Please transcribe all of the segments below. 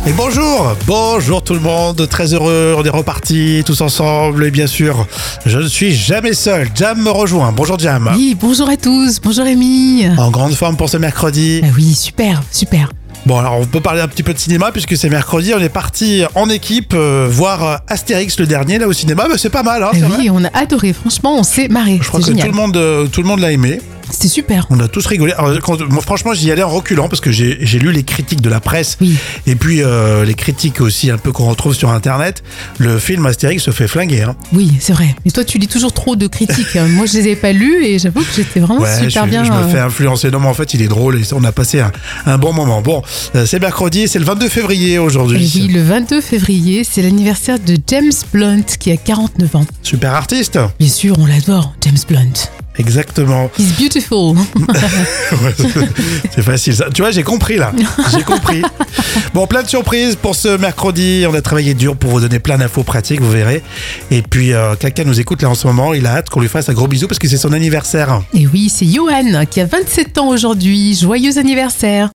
Et bonjour tout le monde, très heureux, on est repartis tous ensemble et bien sûr, je ne suis jamais seul, Jam me rejoint. Bonjour Jam. Oui, bonjour à tous, bonjour Rémi. En grande forme pour ce mercredi. Oui, super. Bon alors on peut parler un petit peu de cinéma puisque c'est mercredi, on est parti en équipe voir Astérix le dernier là au cinéma, c'est pas mal c'est vrai. Oui, on a adoré, franchement on s'est marré. Je crois que génial. tout le monde l'a aimé. C'était super. On a tous rigolé. Alors, moi, franchement, j'y allais en reculant parce que j'ai lu les critiques de la presse et puis les critiques aussi un peu qu'on retrouve sur Internet. Le film Astérix se fait flinguer. Oui, c'est vrai. Mais toi, tu lis toujours trop de critiques. Moi, je les ai pas lues et j'avoue que j'étais vraiment super bien. Je me fais influencer. Non, mais en fait, il est drôle et on a passé un bon moment. Bon, c'est mercredi, c'est le 22 février aujourd'hui. Oui, le 22 février, c'est l'anniversaire de James Blunt qui a 49 ans. Super artiste. Bien sûr, on l'adore, James Blunt. Exactement. He's beautiful. Ouais, c'est facile ça. Tu vois, j'ai compris là. J'ai compris. Bon, plein de surprises pour ce mercredi. On a travaillé dur pour vous donner plein d'infos pratiques, vous verrez. Et puis, quelqu'un nous écoute là en ce moment. Il a hâte qu'on lui fasse un gros bisou parce que c'est son anniversaire. Et oui, c'est Johan qui a 27 ans aujourd'hui. Joyeux anniversaire.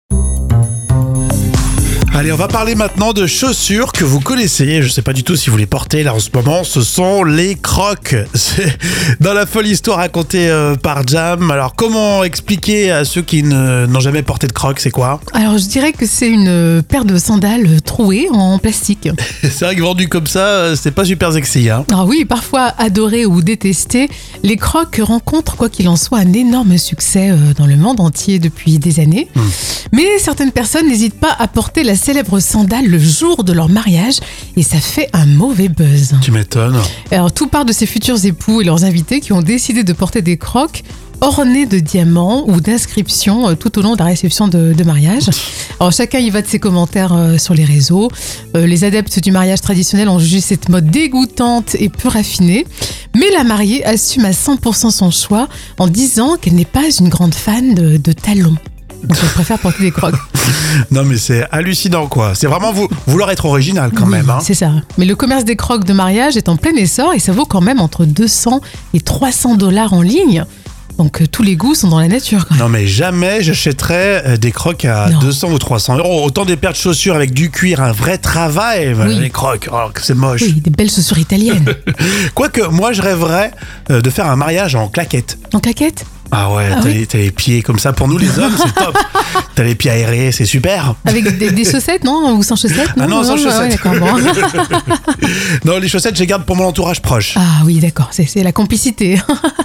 Allez, on va parler maintenant de chaussures que vous connaissez. Je sais pas du tout si vous les portez là en ce moment. Ce sont les Crocs. C'est dans la folle histoire racontée par Jam. Alors, comment expliquer à ceux qui n'ont jamais porté de Crocs, c'est quoi? Alors, je dirais que c'est une paire de sandales trouées en plastique. C'est vrai que vendu comme ça, c'est pas super sexy. Alors oui, parfois adorés ou détestés, les Crocs rencontrent, quoi qu'il en soit, un énorme succès dans le monde entier depuis des années. Mais certaines personnes n'hésitent pas à porter la célèbre sandale le jour de leur mariage et ça fait un mauvais buzz. Tu m'étonnes. Alors tout part de ces futurs époux et leurs invités qui ont décidé de porter des Crocs ornés de diamants ou d'inscriptions tout au long de la réception de mariage. Alors chacun y va de ses commentaires sur les réseaux. Les adeptes du mariage traditionnel ont jugé cette mode dégoûtante et peu raffinée. Mais la mariée assume à 100% son choix en disant qu'elle n'est pas une grande fan de talons. Donc elle préfère porter des Crocs. Non mais c'est hallucinant quoi. C'est vraiment vouloir être original quand même. C'est ça. Mais le commerce des Crocs de mariage est en plein essor et ça vaut quand même entre 200 et 300 $ en ligne. Donc tous les goûts sont dans la nature quand même. Non mais jamais j'achèterais des Crocs à 200 ou 300 €. Autant des paires de chaussures avec du cuir, un vrai travail. Les Crocs, alors que c'est moche. Oui, des belles chaussures italiennes. Quoique moi je rêverais de faire un mariage en claquettes. En claquettes? Ah ouais, t'as les pieds comme ça. Pour nous les hommes, c'est top. T'as les pieds aérés, c'est super. Avec des chaussettes, non? Ou sans chaussettes? Non, sans chaussettes. Ouais, d'accord, bon. Non, les chaussettes, je les garde pour mon entourage proche. Ah oui, d'accord, c'est la complicité.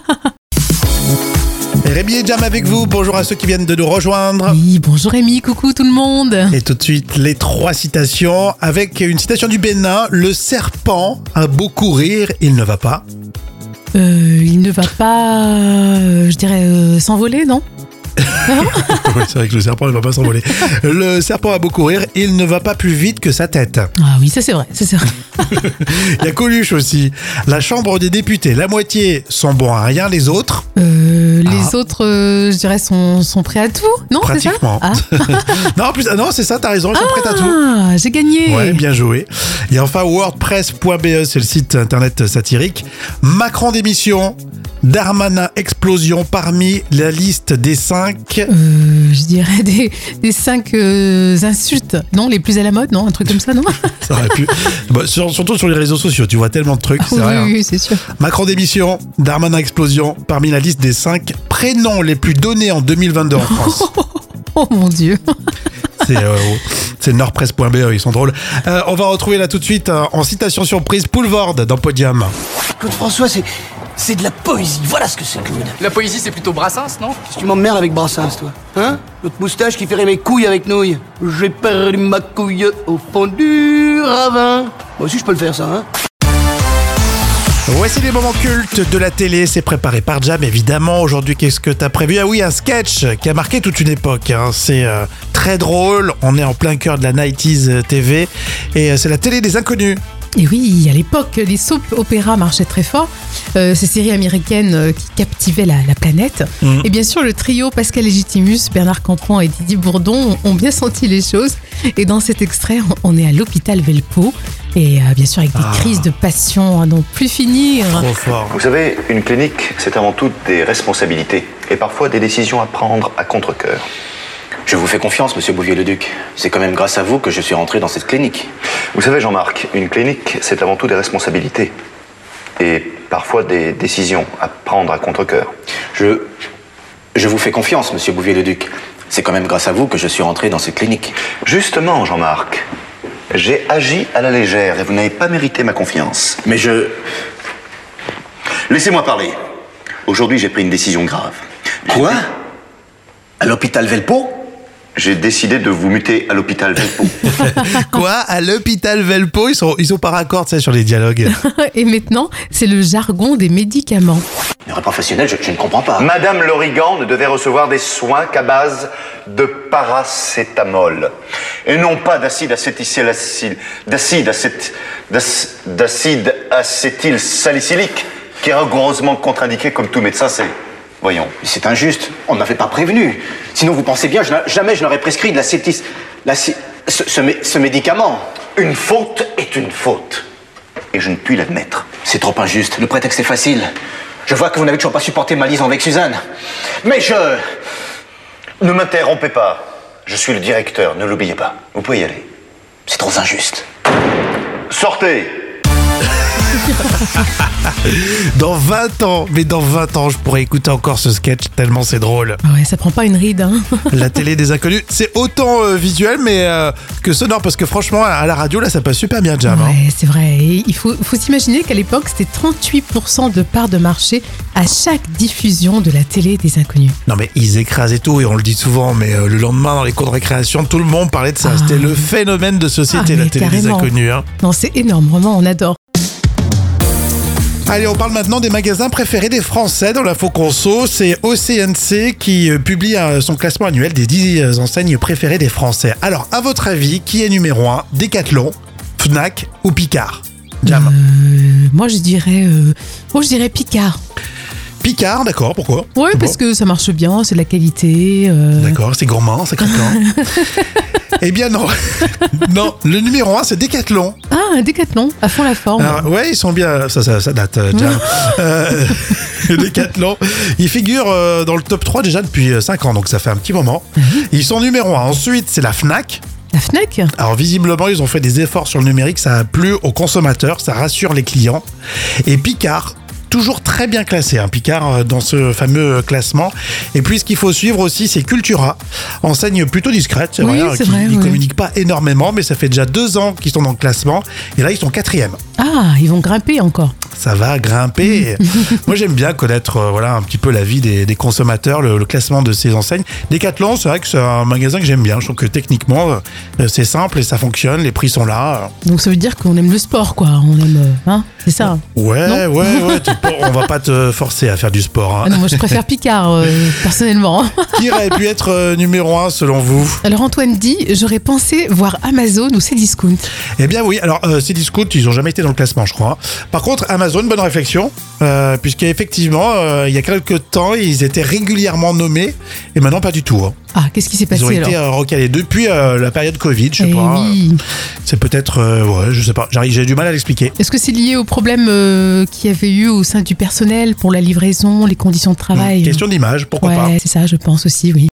Rémi et Jam avec vous, bonjour à ceux qui viennent de nous rejoindre. Oui, bonjour Rémi, coucou tout le monde. Et tout de suite, les 3 citations, avec une citation du Bénin. Le serpent a beau courir, il ne va pas. Il ne va pas, je dirais, s'envoler, non? Oui, c'est vrai que le serpent ne va pas s'envoler. Le serpent a beau courir, il ne va pas plus vite que sa tête. Ah oui, ça c'est vrai. Il y a Coluche aussi. La Chambre des députés, la moitié sont bons à rien, les autres... Les autres, je dirais, sont prêts à tout, non? Pratiquement. C'est ça? Non, en plus, non, c'est ça, t'as raison, ils sont prêts à tout. Ah, j'ai gagné. Ouais, bien joué. Et enfin, wordpress.be, c'est le site internet satirique. Macron démission, Darmanin explosion parmi la liste des 5... Je dirais des 5 insultes, non? Les plus à la mode, non? Un truc comme ça, non? Ça aurait pu. Surtout sur les réseaux sociaux, tu vois tellement de trucs, c'est vrai. Oui, c'est sûr. Macron démission, Darmanin explosion parmi la liste des 5 prénoms les plus donnés en 2022 en France. Oh mon Dieu. C'est nordpresse.be, ils sont drôles. On va retrouver là tout de suite en citation surprise Poulvord dans Podium. Claude François, c'est de la poésie. Voilà ce que c'est, Claude. La poésie, c'est plutôt Brassens, non? Qu'est-ce que tu m'emmerdes avec Brassens, toi? Hein? L'autre moustache qui ferait mes couilles avec nouilles. J'ai perdu ma couille au fond du ravin. Moi aussi, je peux le faire, ça, hein? Voici les moments cultes de la télé, c'est préparé par Jam évidemment. Aujourd'hui, qu'est-ce que t'as prévu? Ah oui, un sketch qui a marqué toute une époque. C'est très drôle, on est en plein cœur de la 90s TV et c'est la télé des inconnus. Et oui, à l'époque, les soap opéras marchaient très fort. Ces séries américaines qui captivaient la planète. Et bien sûr, le trio Pascal Légitimus, Bernard Campan et Didier Bourdon ont bien senti les choses. Et dans cet extrait, on est à l'hôpital Velpo. Et bien sûr, avec des crises de passion à n'en plus finir. Trop fort. Vous savez, une clinique, c'est avant tout des responsabilités et parfois des décisions à prendre à contre-cœur. Je vous fais confiance, monsieur Bouvier-le-Duc. C'est quand même grâce à vous que je suis rentré dans cette clinique. Vous savez, Jean-Marc, une clinique, c'est avant tout des responsabilités. Et parfois des décisions à prendre à contre-cœur. Je vous fais confiance, monsieur Bouvier-le-Duc. C'est quand même grâce à vous que je suis rentré dans cette clinique. Justement, Jean-Marc, j'ai agi à la légère et vous n'avez pas mérité ma confiance. Mais Laissez-moi parler. Aujourd'hui, j'ai pris une décision grave. Quoi? À l'hôpital Velpeau? J'ai décidé de vous muter à l'hôpital Velpeau. Quoi? À l'hôpital Velpeau, ils sont pas raccords, tu sais, sur les dialogues. Et maintenant, c'est le jargon des médicaments. Un professionnel, je ne comprends pas. Madame Lorigan ne devait recevoir des soins qu'à base de paracétamol. Et non pas d'acide acétylsalicylique, qui est rigoureusement contre-indiqué comme tout médecin sait. Voyons. Mais c'est injuste. On ne m'avait pas prévenu. Sinon, vous pensez bien, jamais je n'aurais prescrit de ce médicament. Une faute est une faute. Et je ne puis l'admettre. C'est trop injuste. Le prétexte est facile. Je vois que vous n'avez toujours pas supporté ma liaison avec Suzanne. Mais Ne m'interrompez pas. Je suis le directeur, ne l'oubliez pas. Vous pouvez y aller. C'est trop injuste. Sortez! Dans 20 ans, je pourrais écouter encore ce sketch tellement c'est drôle. Ouais, ça prend pas une ride, hein. La télé des inconnus, c'est autant visuel mais que sonore parce que franchement à la radio là ça passe super bien Jam. Ouais, c'est vrai. Et il faut s'imaginer qu'à l'époque c'était 38% de part de marché à chaque diffusion de la télé des inconnus. Non mais ils écrasaient tout et on le dit souvent mais le lendemain dans les cours de récréation tout le monde parlait de ça. C'était le phénomène de société la télé des inconnus. Hein. Non c'est énorme, vraiment on adore. Allez, on parle maintenant des magasins préférés des Français dans l'info conso. C'est OCNC qui publie son classement annuel des 10 enseignes préférées des Français. Alors, à votre avis, qui est numéro 1? Decathlon, Fnac ou Picard? Jam. Moi, je dirais Picard. Picard, d'accord, pourquoi? Ouais, parce que ça marche bien, c'est de la qualité. D'accord, c'est gourmand, c'est croquant. Eh bien non, non, le numéro 1 c'est Decathlon. Ah, un Decathlon, à fond la forme. Alors, ouais, ils sont bien, ça date Jam. Decathlon, ils figurent dans le top 3 déjà depuis 5 ans, donc ça fait un petit moment. Ils sont numéro 1, ensuite c'est la Fnac. La Fnac? Alors visiblement ils ont fait des efforts sur le numérique, ça a plu aux consommateurs, ça rassure les clients. Et Picard, toujours très bien classé, hein, Picard dans ce fameux classement. Et puis ce qu'il faut suivre aussi, c'est Cultura, enseigne plutôt discrète, c'est oui, vrai, c'est qui vrai, ne oui. communique pas énormément, mais ça fait déjà 2 ans qu'ils sont dans le classement. Et là ils sont 4e. Ah, ils vont grimper encore. Ça va grimper. Moi j'aime bien connaître un petit peu la vie des consommateurs, le classement de ces enseignes. Decathlon, c'est vrai que c'est un magasin que j'aime bien. Je trouve que techniquement c'est simple et ça fonctionne, les prix sont là. Donc ça veut dire qu'on aime le sport, quoi. On aime, hein, c'est ça. Ouais, Non ouais, on va pas te forcer à faire du sport. Hein. Ah non, moi je préfère Picard, personnellement. Qui aurait pu être numéro 1 selon vous? Alors Antoine dit, j'aurais pensé voir Amazon ou Cdiscount. Eh bien oui, alors Cdiscount, ils ont jamais été dans le classement, je crois. Par contre, Amazon, bonne réflexion, puisqu'effectivement, il y a quelques temps, ils étaient régulièrement nommés, et maintenant pas du tout. Hein. Ah, qu'est-ce qui s'est passé Ils ont alors? été recalés depuis la période Covid, je sais Eh pas. oui. C'est peut-être, ouais, je sais pas, j'ai du mal à l'expliquer. Est-ce que c'est lié au problème qu'il y avait eu au sein du personnel pour la livraison, les conditions de travail? Question d'image, pourquoi pas. Ouais, c'est ça, je pense aussi, oui.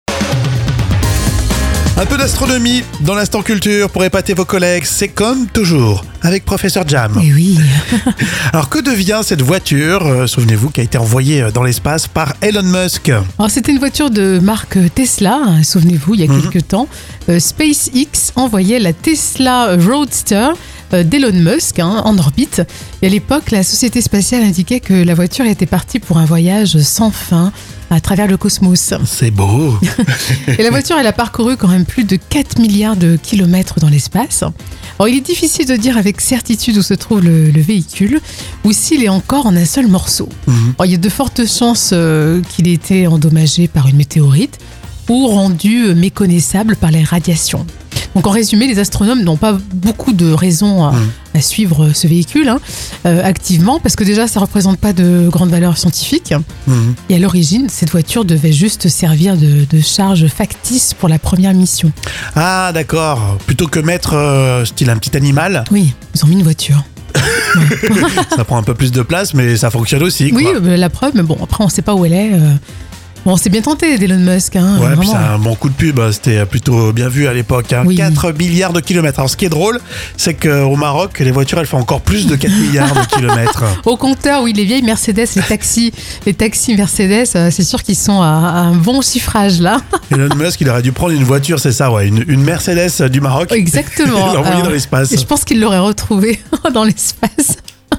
Un peu d'astronomie dans l'instant culture pour épater vos collègues, c'est comme toujours avec Professeur Jam. Eh oui. Alors que devient cette voiture, souvenez-vous, qui a été envoyée dans l'espace par Elon Musk? Alors c'était une voiture de marque Tesla, hein, souvenez-vous, il y a quelques temps. SpaceX envoyait la Tesla Roadster d'Elon Musk en orbite. Et à l'époque, la société spatiale indiquait que la voiture était partie pour un voyage sans fin à travers le cosmos. C'est beau. Et la voiture, elle a parcouru quand même plus de 4 milliards de kilomètres dans l'espace. Alors, il est difficile de dire avec certitude où se trouve le véhicule ou s'il est encore en un seul morceau. Alors, il y a de fortes chances qu'il ait été endommagé par une météorite ou rendu méconnaissable par les radiations. Donc en résumé, les astronomes n'ont pas beaucoup de raisons à suivre ce véhicule activement, parce que déjà ça ne représente pas de grande valeur scientifique. Et à l'origine, cette voiture devait juste servir de charge factice pour la première mission. Ah d'accord, plutôt que mettre style un petit animal. Oui, ils ont mis une voiture. Ça prend un peu plus de place, mais ça fonctionne aussi. Quoi. Oui, la preuve, mais bon, après on ne sait pas où elle est. Bon, c'est bien tenté d'Elon Musk. Hein, Ouais, puis vraiment. c'est un bon coup de pub, c'était plutôt bien vu à l'époque. Hein. Oui. 4 milliards de kilomètres. Alors ce qui est drôle, c'est qu'au Maroc, les voitures, elles font encore plus de 4 milliards de kilomètres. Au compteur, oui, les vieilles Mercedes, les taxis Mercedes, c'est sûr qu'ils sont à un bon chiffrage là. Elon Musk, il aurait dû prendre une voiture, c'est ça, ouais, une Mercedes du Maroc. Exactement. Et l'envoyer Alors, dans l'espace. Et je pense qu'il l'aurait retrouvé dans l'espace.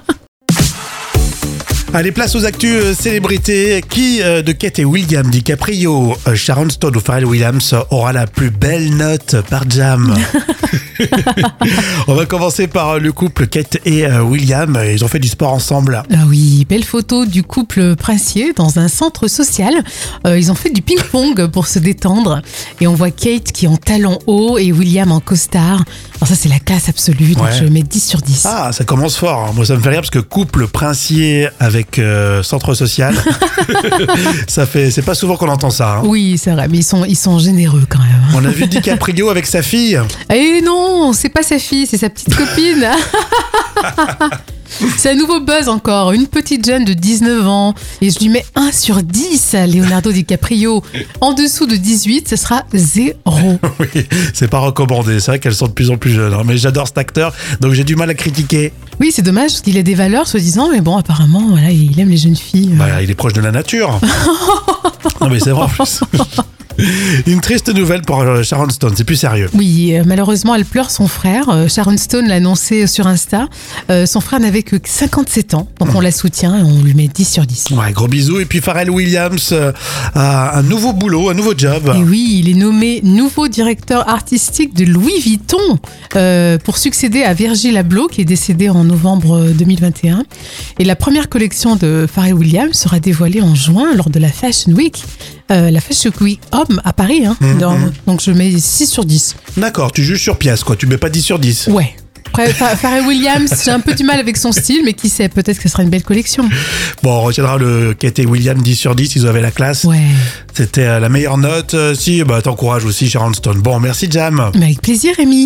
Allez, place aux actus célébrités. Qui de Kate et William DiCaprio, Sharon Stone ou Pharrell Williams aura la plus belle note par Jam? On va commencer par le couple Kate et William. Ils ont fait du sport ensemble. Ah oui, belle photo du couple princier dans un centre social. Ils ont fait du ping-pong pour se détendre. Et on voit Kate qui est en talons hauts et William en costard. Alors ça, c'est la classe absolue, donc Ouais. je mets 10 sur 10. Ah, ça commence fort. Hein. Moi, ça me fait rire parce que couple princier avec centre social, c'est pas souvent qu'on entend ça. Hein. Oui, c'est vrai, mais ils sont généreux quand même. On a vu DiCaprio avec sa fille. Et non, c'est pas sa fille, c'est sa petite copine. C'est un nouveau buzz encore, une petite jeune de 19 ans. Et je lui mets 1 sur 10 à Leonardo DiCaprio. En dessous de 18, ce sera 0. Oui, c'est pas recommandé. C'est vrai qu'elles sont de plus en plus jeunes. Hein. Mais j'adore cet acteur, donc j'ai du mal à critiquer. Oui, c'est dommage parce qu'il a des valeurs soi-disant, mais bon, apparemment, voilà, il aime les jeunes filles. Bah, il est proche de la nature. Non mais c'est vrai en plus. Une triste nouvelle pour Sharon Stone, c'est plus sérieux. Oui, malheureusement, elle pleure son frère. Sharon Stone l'a annoncé sur Insta. Son frère n'avait que 57 ans, donc on la soutient et on lui met 10 sur 10. Ouais, gros bisous. Et puis Pharrell Williams a un nouveau boulot, un nouveau job. Et oui, il est nommé nouveau directeur artistique de Louis Vuitton pour succéder à Virgil Abloh qui est décédé en novembre 2021. Et la première collection de Pharrell Williams sera dévoilée en juin lors de la Fashion Week. La Fashion Week Homme à Paris. Hein, donc je mets 6 sur 10. D'accord, tu juges sur pièce, quoi. Tu mets pas 10 sur 10. Ouais. Après, Pharrell Williams, j'ai un peu du mal avec son style, mais qui sait, peut-être que ce sera une belle collection. Bon, on retiendra le Kate et William 10 sur 10, ils avaient la classe. Ouais. C'était la meilleure note. Si, bah t'encourages aussi Sharon Stone. Bon, merci Jam. Mais avec plaisir, Rémi.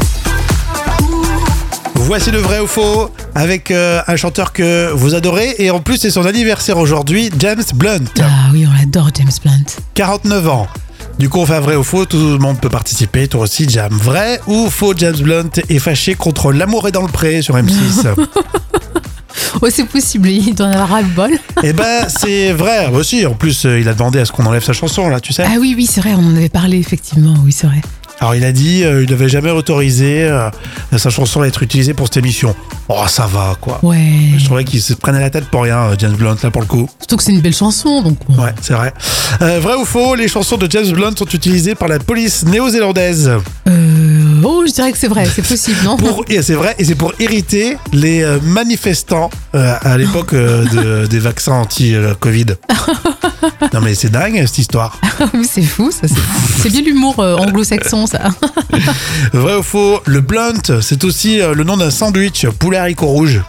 Voici le vrai ou faux avec un chanteur que vous adorez et en plus c'est son anniversaire aujourd'hui, James Blunt. Ah oui, on adore James Blunt. 49 ans. Du coup on fait un vrai ou faux, tout le monde peut participer, toi aussi Jam. Vrai ou faux, James Blunt est fâché contre L'amour est dans le pré sur M6. Oh, c'est possible, il doit en avoir ras-le-bol. Eh ben c'est vrai aussi, en plus il a demandé à ce qu'on enlève sa chanson là, tu sais. Ah oui, oui, c'est vrai, on en avait parlé, effectivement, oui, c'est vrai. Alors il a dit il n'avait jamais autorisé sa chanson à être utilisée pour cette émission. Oh ça va quoi. Ouais. Je trouvais qu'il se prenait la tête pour rien, James Blunt là pour le coup. Surtout que c'est une belle chanson, donc bon. Ouais, c'est vrai. Vrai ou faux, les chansons de James Blunt sont utilisées par la police néo-zélandaise. Oh, je dirais que c'est vrai, c'est possible, non? Et c'est vrai, et c'est pour irriter les manifestants à l'époque des vaccins anti-Covid. Non mais c'est dingue cette histoire. C'est fou, ça. C'est bien l'humour anglo-saxon, ça. Vrai ou faux, le Blunt, c'est aussi le nom d'un sandwich poulet haricots rouges.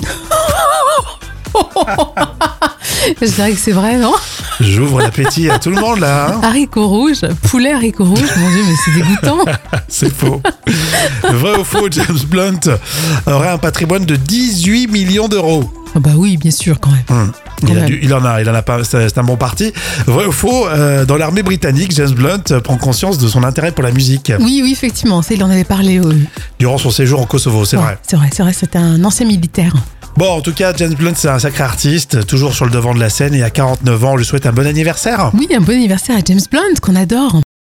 Je dirais que c'est vrai, non? J'ouvre l'appétit à tout le monde là. Hein. Haricots rouges, poulet haricots rouges, mon Dieu, mais c'est dégoûtant. C'est faux. Vrai ou faux, James Blunt aurait un patrimoine de 18 millions d'euros. Ah bah oui, bien sûr, quand même. Il en a pas, c'est un bon parti. Vrai ou faux, dans l'armée britannique, James Blunt prend conscience de son intérêt pour la musique. Oui, oui, effectivement, il en avait parlé. Durant son séjour en Kosovo, c'est vrai. C'est vrai, c'était un ancien militaire. Bon, en tout cas, James Blunt, c'est un sacré artiste, toujours sur le devant de la scène et à 49 ans, on lui souhaite un bon anniversaire. Oui, un bon anniversaire à James Blunt, qu'on adore.